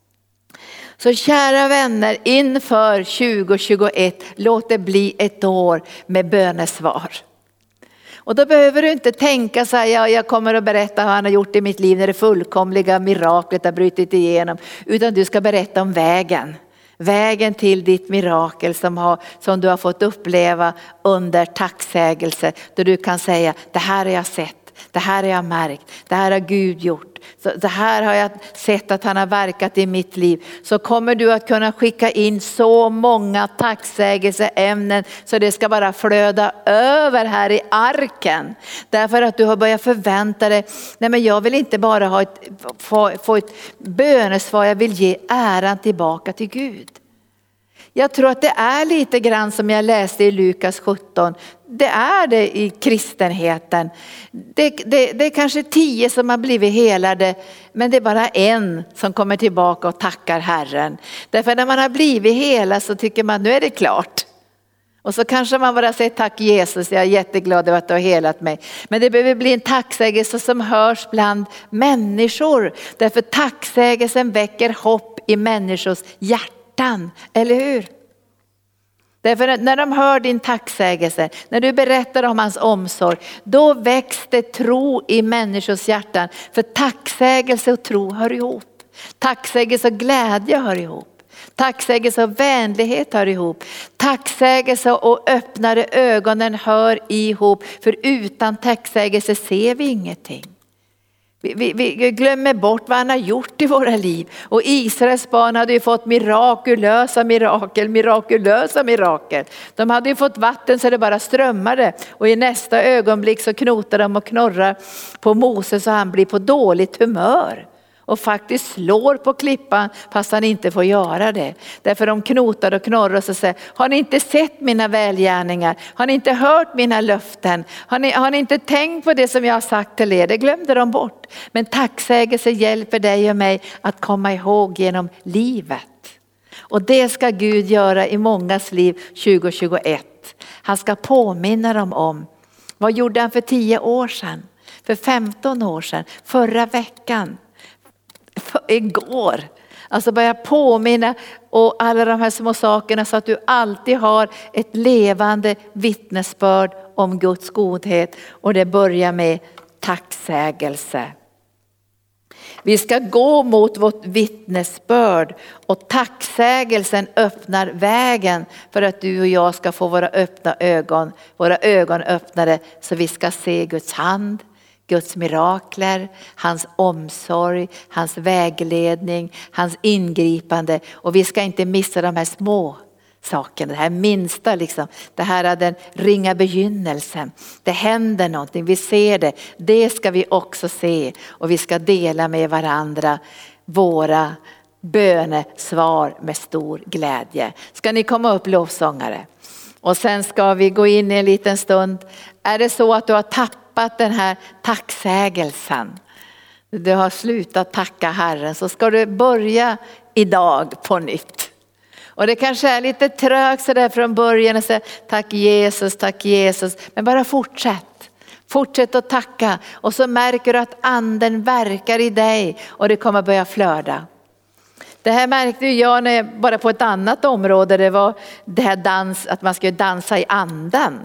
Så kära vänner, inför 2021, låt det bli ett år med bönesvar. Och då behöver du inte tänka så här, jag kommer att berätta vad han har gjort i mitt liv när det fullkomliga miraklet har brutit igenom. Utan du ska berätta om vägen. Vägen till ditt mirakel som du har fått uppleva under tacksägelse. Då du kan säga, det här har jag sett. Det här har jag märkt, det här har Gud gjort. Så det här har jag sett att han har verkat i mitt liv. Så kommer du att kunna skicka in så många tacksägelseämnen så det ska bara flöda över här i arken. Därför att du har börjat förvänta dig, nej men jag vill inte bara få ett bönesvar, jag vill ge äran tillbaka till Gud. Jag tror att det är lite grann som jag läste i Lukas 17. Det är det i kristenheten. Det är kanske 10 som har blivit helade, men det är bara en som kommer tillbaka och tackar Herren. Därför när man har blivit hela så tycker man, nu är det klart. Och så kanske man bara säger, tack Jesus, jag är jätteglad över att du har helat mig. Men det behöver bli en tacksägelse som hörs bland människor. Därför tacksägelsen väcker hopp i människors hjärtan, eller hur? Därför att när de hör din tacksägelse, när du berättar om hans omsorg, då väcks det tro i människors hjärtan. För tacksägelse och tro hör ihop. Tacksägelse och glädje hör ihop. Tacksägelse och vänlighet hör ihop. Tacksägelse och öppnade ögonen hör ihop. För utan tacksägelse ser vi ingenting. Vi glömmer bort vad han har gjort i våra liv. Och Israels barn hade ju fått mirakulösa mirakel. De hade ju fått vatten så det bara strömmade. Och i nästa ögonblick så knotar de och knorrar på Moses så han blir på dåligt humör. Och faktiskt slår på klippan fast han inte får göra det. Därför de knotar och knorrar och så säger, har ni inte sett mina välgärningar? Har ni inte hört mina löften? Har ni inte tänkt på det som jag har sagt till er? Det glömde de bort. Men tacksägelse hjälper dig och mig att komma ihåg genom livet. Och det ska Gud göra i mångas liv 2021. Han ska påminna dem om, vad gjorde han för 10 år sedan? För 15 år sedan? Förra veckan? Igår. Alltså börja påminna och alla de här små sakerna så att du alltid har ett levande vittnesbörd om Guds godhet. Och det börjar med tacksägelse. Vi ska gå mot vårt vittnesbörd och tacksägelsen öppnar vägen för att du och jag ska få våra ögon öppnade så vi ska se Guds hand. Guds mirakler, hans omsorg, hans vägledning, hans ingripande. Och vi ska inte missa de här små sakerna, det här minsta liksom. Det här är den ringa begynnelsen. Det händer någonting, vi ser det. Det ska vi också se och vi ska dela med varandra våra bönesvar med stor glädje. Ska ni komma upp lovsångare? Och sen ska vi gå in i en liten stund. Är det så att du har tappat den här tacksägelsen, du har slutat tacka Herren, så ska du börja idag på nytt. Och det kanske är lite trögt så där från början och säga tack Jesus, men bara fortsätt att tacka och så märker du att anden verkar i dig och det kommer börja flöda. Det här märkte jag när jag bara på ett annat område, det var det här att man skulle dansa i anden.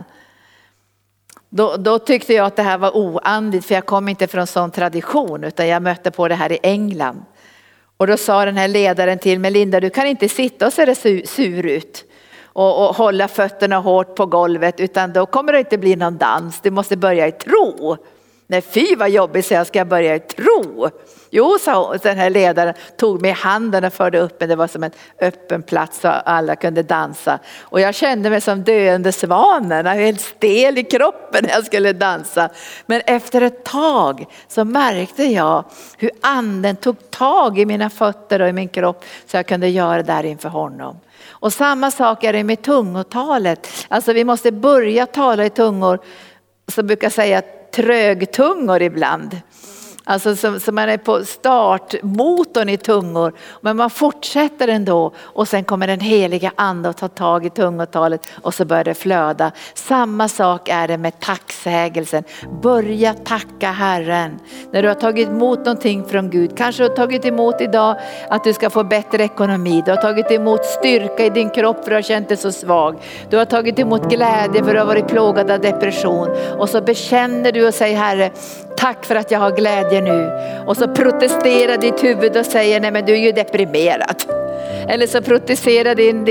Då tyckte jag att det här var oandligt, för jag kom inte från sån tradition utan jag mötte på det här i England. Och då sa den här ledaren till mig, Linda, du kan inte sitta och se sur ut och hålla fötterna hårt på golvet, utan då kommer det inte bli någon dans. Du måste börja i tro. Nej, fy vad jobbigt, så jag ska börja i tro. Jo, sa den här ledaren, tog mig i handen och förde upp mig. Det var som en öppen plats så alla kunde dansa. Och jag kände mig som döende svanen. Jag var helt stel i kroppen när jag skulle dansa. Men efter ett tag så märkte jag hur anden tog tag i mina fötter och i min kropp så jag kunde göra det där inför honom. Och samma sak är det med tungotalet. Alltså vi måste börja tala i tungor, så brukar jag säga trögtungor ibland. Alltså som man är på startmotorn i tungor. Men man fortsätter ändå. Och sen kommer den heliga ande och tar tag i tungotalet. Och så börjar det flöda. Samma sak är det med tacksägelsen. Börja tacka Herren. När du har tagit emot någonting från Gud. Kanske du har tagit emot idag att du ska få bättre ekonomi. Du har tagit emot styrka i din kropp för du har känt dig så svag. Du har tagit emot glädje för du har varit plågad av depression. Och så bekänner du och säger Herre, tack för att jag har glädje nu. Och så protesterar ditt huvud och säger nej men du är ju deprimerad. Eller så protesterar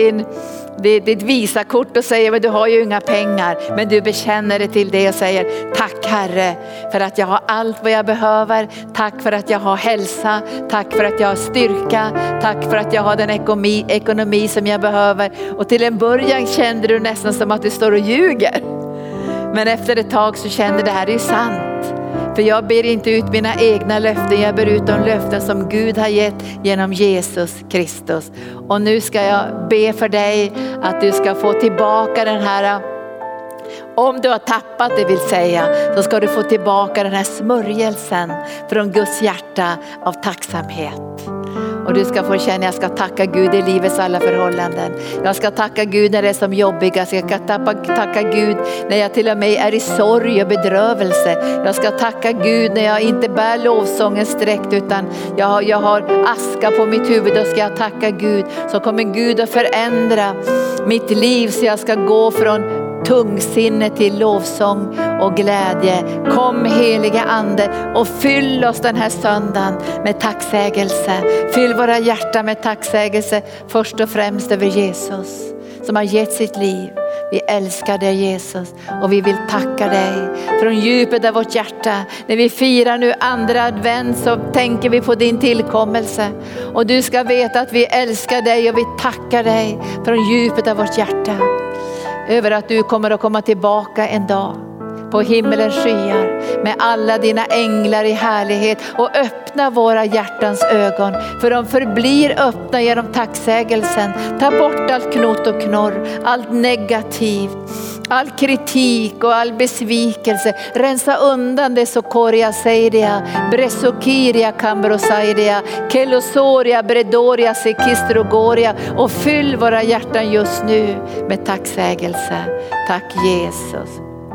ditt visakort och säger men du har ju inga pengar. Men du bekänner det till det och säger tack Herre för att jag har allt vad jag behöver. Tack för att jag har hälsa. Tack för att jag har styrka. Tack för att jag har den ekonomi som jag behöver. Och till en början kände du nästan som att du står och ljuger. Men efter ett tag så kände det här är ju sant. För jag ber inte ut mina egna löften, jag ber ut de löften som Gud har gett genom Jesus Kristus. Och nu ska jag be för dig att du ska få tillbaka den här, om du har tappat det vill säga, så ska du få tillbaka den här smörjelsen från Guds hjärta av tacksamhet. Och du ska få känna, jag ska tacka Gud i livets alla förhållanden. Jag ska tacka Gud när det är som jobbigast. Jag ska tacka Gud när jag till och med är i sorg och bedrövelse. Jag ska tacka Gud när jag inte bär lovsången sträckt utan jag har aska på mitt huvud. Då ska jag tacka Gud. Så kommer Gud att förändra mitt liv så jag ska gå från tungsinne till lovsång och glädje. Kom heliga ande och fyll oss den här söndagen med tacksägelse. Fyll våra hjärtan med tacksägelse först och främst över Jesus som har gett sitt liv. Vi älskar dig Jesus och vi vill tacka dig från djupet av vårt hjärta. När vi firar nu andra advent så tänker vi på din tillkommelse. Och du ska veta att vi älskar dig och vi tackar dig från djupet av vårt hjärta. Över att du kommer att komma tillbaka en dag på himmelens skyar med alla dina änglar i härlighet och öppna våra hjärtans ögon. För de förblir öppna genom tacksägelsen. Ta bort allt knot och knorr, allt negativt, all kritik och all besvikelse. Rensa undan det sokoria seidia, bresokiria kambrosaidia, kelosoria bredoria sekistrogoria och fyll våra hjärtan just nu med tacksägelse. Tack Jesus.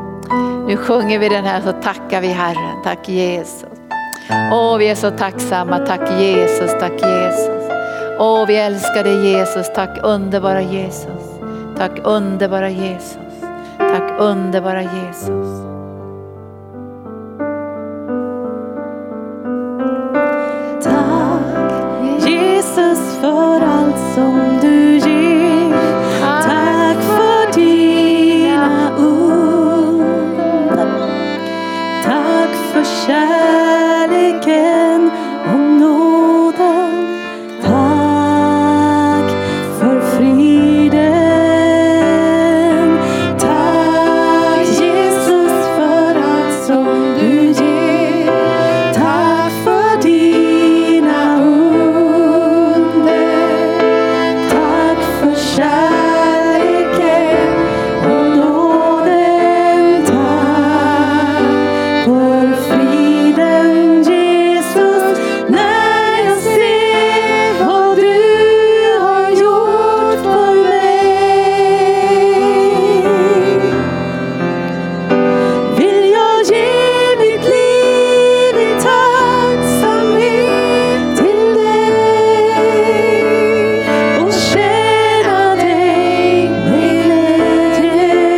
Nu sjunger vi den här så tackar vi Herren. Tack Jesus. Åh, vi är så tacksamma. Tack Jesus, tack Jesus. Åh, vi älskar dig Jesus. Tack underbara Jesus. Tack underbara Jesus. Tack underbara Jesus. Tack Jesus för allt som du ger. Tack för dina ord. Tack för kärleken och nåden. Tack för friden. Tack Jesus för allt som du ger. Tack för dina under. Tack för kärleken och nåden. Tack för friden Jesus. När jag ser vad du har gjort för mig, vill jag ge mitt liv i tacksamhet till dig och tjäna dig med glädje.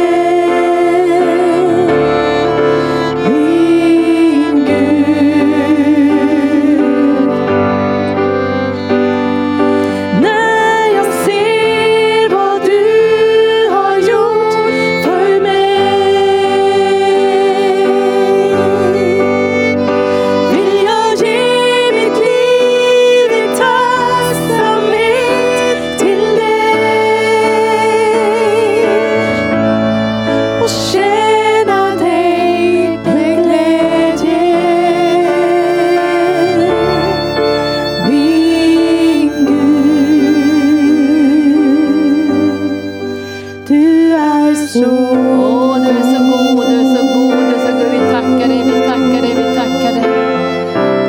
Min Gud, när jag ser vad du har gjort för mig, vill jag ge mitt liv i tacksamhet till dig och tjäna dig med glädje. Min Gud, du är så Åh, du är så god, du är så god, du är så god. Vi tackar dig, vi tackar dig, vi tackar dig.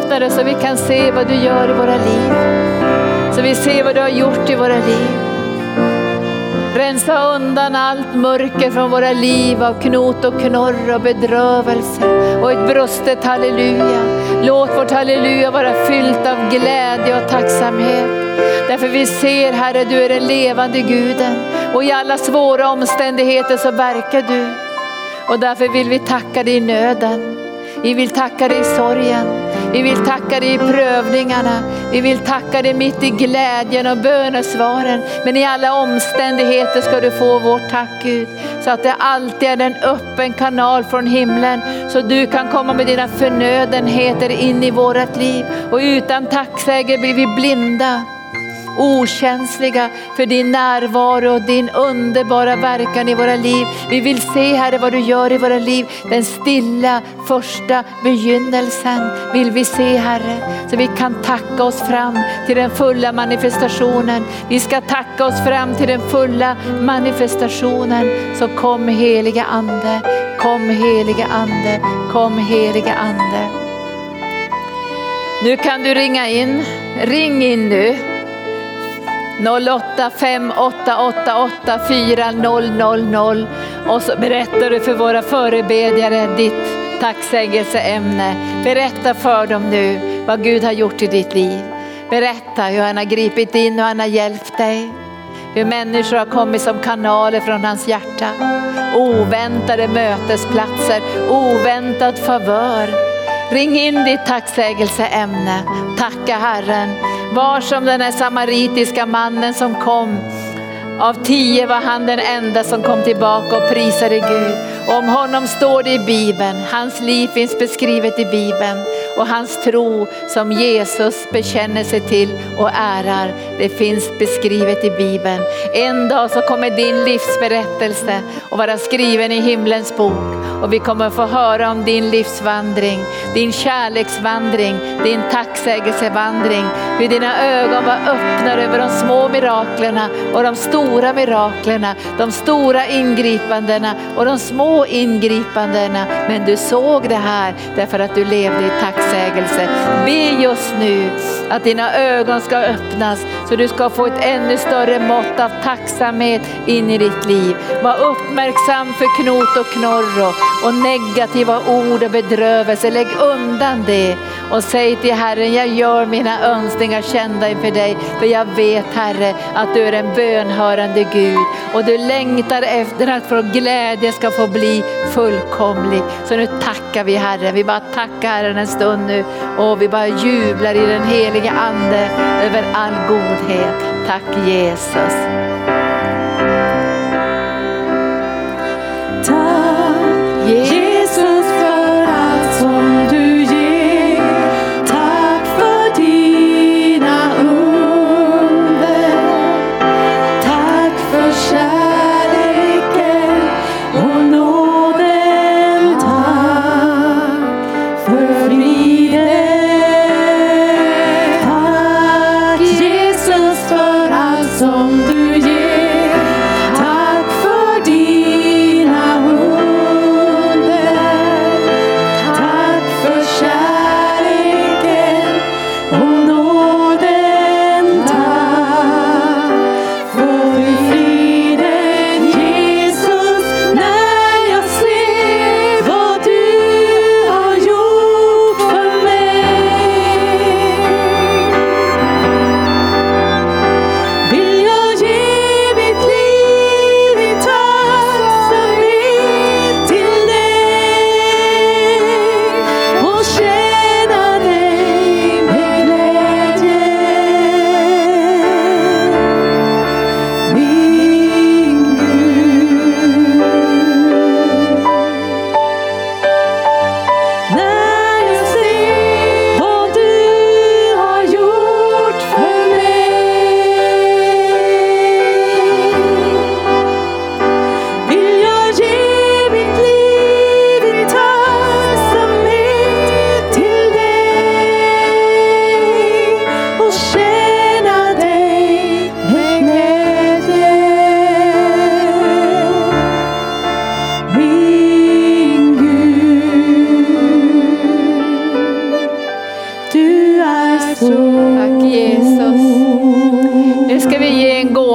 öppna det så vi kan se vad du gör i våra liv. Så vi ser vad du har gjort i våra liv. Rensa undan allt mörker från våra liv av knot och knorr och bedrövelse och ett brustet halleluja. Låt vårt halleluja vara fyllt av glädje och tacksamhet. Därför vi ser, Herre, du är den levande Guden och i alla svåra omständigheter så verkar du. Och därför vill vi tacka dig i nöden. Vi vill tacka dig i sorgen. Vi vill tacka dig i prövningarna. Vi vill tacka dig mitt i glädjen och bönesvaren. Men i alla omständigheter ska du få vårt tack, Gud. Så att det alltid är en öppen kanal från himlen. Så du kan komma med dina förnödenheter in i vårat liv. Och utan tacksägelse blir vi blinda. Okänsliga för din närvaro och din underbara verkan i våra liv. Vi vill se, Herre, vad du gör i våra liv. Den stilla första begynnelsen vill vi se, Herre, så vi kan tacka oss fram till den fulla manifestationen. Vi ska tacka oss fram till den fulla manifestationen. Så kom heliga ande, kom heliga ande, kom heliga ande. Nu kan du ringa in, ring in nu. 0858884000 och så berättar du för våra förebedjare ditt tacksägelseämne. Berätta för dem nu vad Gud har gjort i ditt liv. Berätta hur han har gripit in och han har hjälpt dig. Hur människor har kommit som kanaler från hans hjärta. Oväntade mötesplatser, oväntad favör. Ring in ditt tacksägelseämne. Tacka Herren. Var som den här samaritiska mannen som kom. Av 10 var han den enda som kom tillbaka och prisade Gud. Och om honom står det i Bibeln. Hans liv finns beskrivet i Bibeln. Och hans tro som Jesus bekänner sig till och ärar. Det finns beskrivet i Bibeln. En dag så kommer din livsberättelse att vara skriven i himlens bok. Och vi kommer få höra om din livsvandring. Din kärleksvandring. Din tacksägelsevandring. Hur dina ögon var öppnade över de små miraklerna och de stora miraklerna. De stora ingripandena och de små ingripandena. Men du såg det här därför att du levde i tacksägelse. Be just nu att dina ögon ska öppnas så du ska få ett ännu större mått av tacksamhet in i ditt liv. Var uppmärksam för knot och knorr och negativa ord och bedrövelse. Lägg undan det och säg till Herren, jag gör mina önskningar kända inför dig. För jag vet, Herre, att du är en bönhörande Gud. Och du längtar efter att vår glädje ska få bli fullkomlig. Så nu tackar vi, Herre. Vi bara tackar Herren en stund nu. Och vi bara jublar i den heliga ande över all godhet. Tack Jesus. Tack Jesus för allt som du ger. Tack för dina under. Tack för kärleken och nåden. Tack för friden. Tack Jesus för allt som du ger.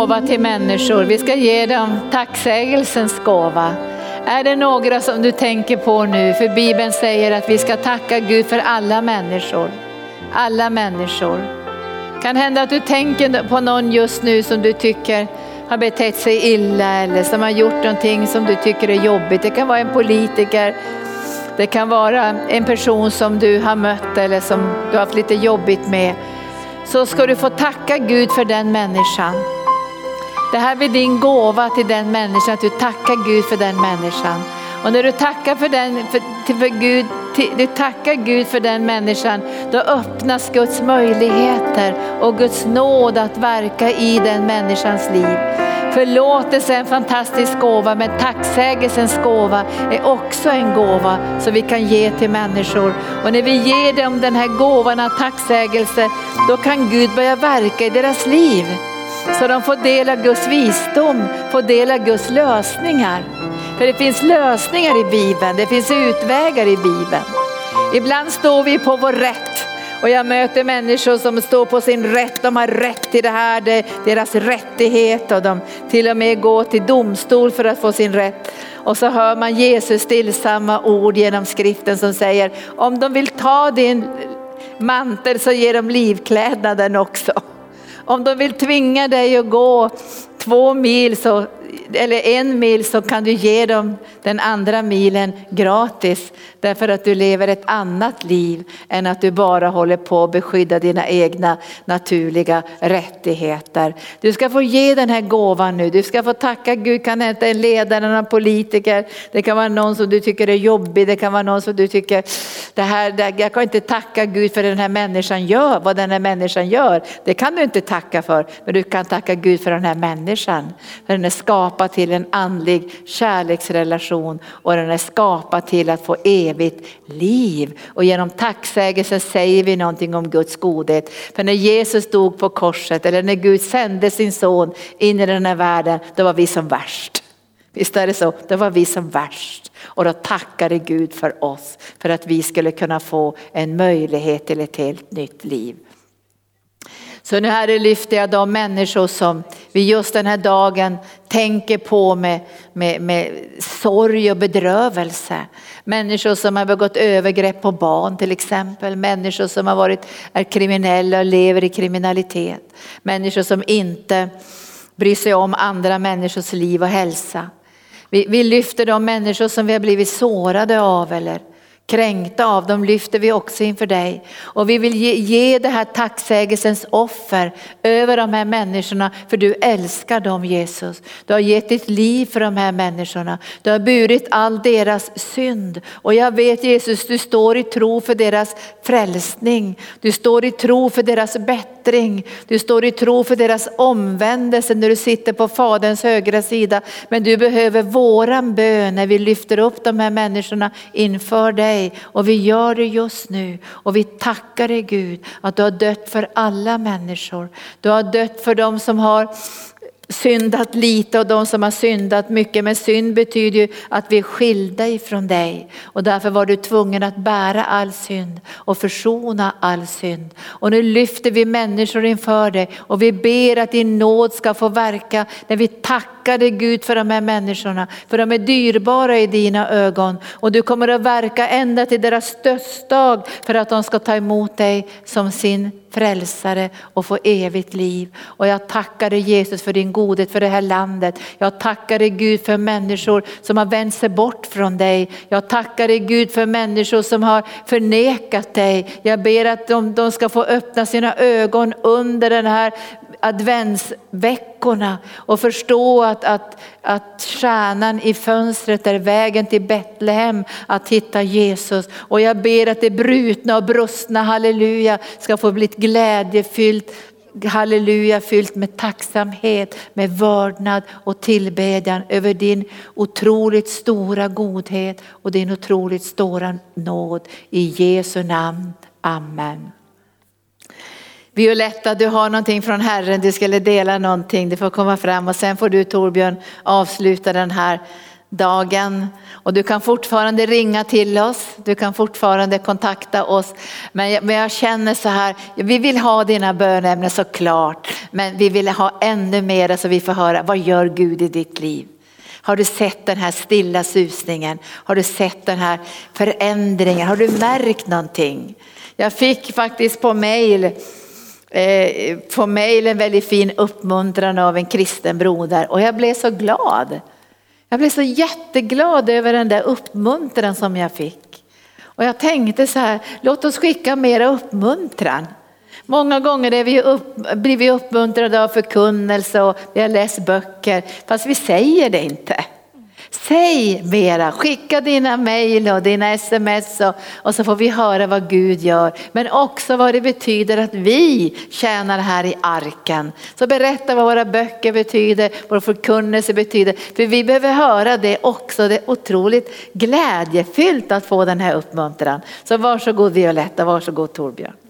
gåva till människor. Vi ska ge dem tacksägelsens gåva. Är det några som du tänker på nu? För Bibeln säger att vi ska tacka Gud för alla människor. Alla människor. Kan hända att du tänker på någon just nu som du tycker har betett sig illa eller som har gjort någonting som du tycker är jobbigt. Det kan vara en politiker. Det kan vara en person som du har mött eller som du har haft lite jobbigt med. Så ska du få tacka Gud för den människan. Det här blir din gåva till den människan, att du tackar Gud för den människan. Och när du tackar du tackar Gud för den människan, då öppnas Guds möjligheter och Guds nåd att verka i den människans liv. Förlåtelse är en fantastisk gåva, men tacksägelsens gåva är också en gåva som vi kan ge till människor. Och när vi ger dem den här gåvan av tacksägelse, då kan Gud börja verka i deras liv. Så de får del av Guds visdom, får del av Guds lösningar. För det finns lösningar i Bibeln, det finns utvägar i Bibeln. Ibland står vi på vår rätt. Och jag möter människor som står på sin rätt. De har rätt till det här, det är deras rättighet. Och de till och med går till domstol för att få sin rätt. Och så hör man Jesus stillsamma ord genom skriften som säger: om de vill ta din mantel så ger de livklädnaden också. Om de vill tvinga dig att gå 2 mil eller 1 mil, så kan du ge dem den andra milen gratis. Därför att du lever ett annat liv än att du bara håller på att beskydda dina egna naturliga rättigheter. Du ska få ge den här gåvan nu. Du ska få tacka Gud. Kan inte en ledare, en politiker. Det kan vara någon som du tycker är jobbig. Det kan vara någon som du tycker jag kan inte tacka Gud för den här människan gör. Vad den här människan gör, det kan du inte tacka för. Men du kan tacka Gud för den här människan. För den är skapad till en andlig kärleksrelation. Och den är skapad till att få evigt liv. Och genom tacksägelse säger vi någonting om Guds godhet. För när Jesus dog på korset, eller när Gud sände sin son in i den här världen, då var vi som värst. Visst är det så? Då var vi som värst. Och då tackade Gud för oss. För att vi skulle kunna få en möjlighet till ett helt nytt liv. Så nu här lyfter jag de människor som vi just den här dagen tänker på med sorg och bedrövelse. Människor som har begått övergrepp på barn till exempel. Människor som är kriminella och lever i kriminalitet. Människor som inte bryr sig om andra människors liv och hälsa. Vi lyfter de människor som vi har blivit sårade av eller kränkta av, de lyfter vi också inför dig. Och vi vill ge det här tacksägelsens offer över de här människorna, för du älskar dem, Jesus. Du har gett ditt liv för de här människorna. Du har burit all deras synd. Och jag vet, Jesus, du står i tro för deras frälsning. Du står i tro för deras bättring. Du står i tro för deras omvändelse när du sitter på Faderns högra sida. Men du behöver våran bön när vi lyfter upp de här människorna inför dig. Och vi gör det just nu. Och vi tackar dig, Gud, att du har dött för alla människor. Du har dött för dem som har syndat lite och de som har syndat mycket. Men synd betyder ju att vi är skilda ifrån dig. Och därför var du tvungen att bära all synd och försona all synd. Och nu lyfter vi människor inför dig. Och vi ber att din nåd ska få verka när vi tackar dig, Gud, för de här människorna. För de är dyrbara i dina ögon. Och du kommer att verka ända till deras dödsdag för att de ska ta emot dig som sin frälsare och få evigt liv. Och jag tackar dig, Jesus, för din godhet för det här landet. Jag tackar dig, Gud, för människor som har vänt sig bort från dig. Jag tackar dig, Gud, för människor som har förnekat dig. Jag ber att de ska få öppna sina ögon under den här adventsveckorna och förstå att stjärnan i fönstret är vägen till Betlehem, att hitta Jesus. Och jag ber att det brutna och brustna, halleluja, ska få bli glädjefyllt, halleluja, fyllt med tacksamhet, med vördnad och tillbedjan över din otroligt stora godhet och din otroligt stora nåd. I Jesu namn, amen. Violetta, du har någonting från Herren, du skulle dela någonting, du får komma fram och sen får du, Torbjörn, avsluta den här dagen. Och du kan fortfarande ringa till oss, du kan fortfarande kontakta oss. Men jag känner så här, vi vill ha dina bönämnen såklart. Men vi vill ha ännu mer så vi får höra, vad gör Gud i ditt liv? Har du sett den här stilla susningen? Har du sett den här förändringen? Har du märkt någonting? Jag fick faktiskt på mail en väldigt fin uppmuntran av en kristen broder. Och jag blev så glad. Jag blev så jätteglad över den där uppmuntran som jag fick. Och jag tänkte så här, låt oss skicka mera uppmuntran. Många gånger blir vi uppmuntrade av förkunnelse och vi har läst böcker, fast vi säger det inte. Säg mera, skicka dina mejl och dina sms och så får vi höra vad Gud gör. Men också vad det betyder att vi tjänar här i arken. Så berätta vad våra böcker betyder, vår förkunnelse betyder. För vi behöver höra det också, det är otroligt glädjefyllt att få den här uppmuntran. Så varsågod Violetta, varsågod Torbjörn.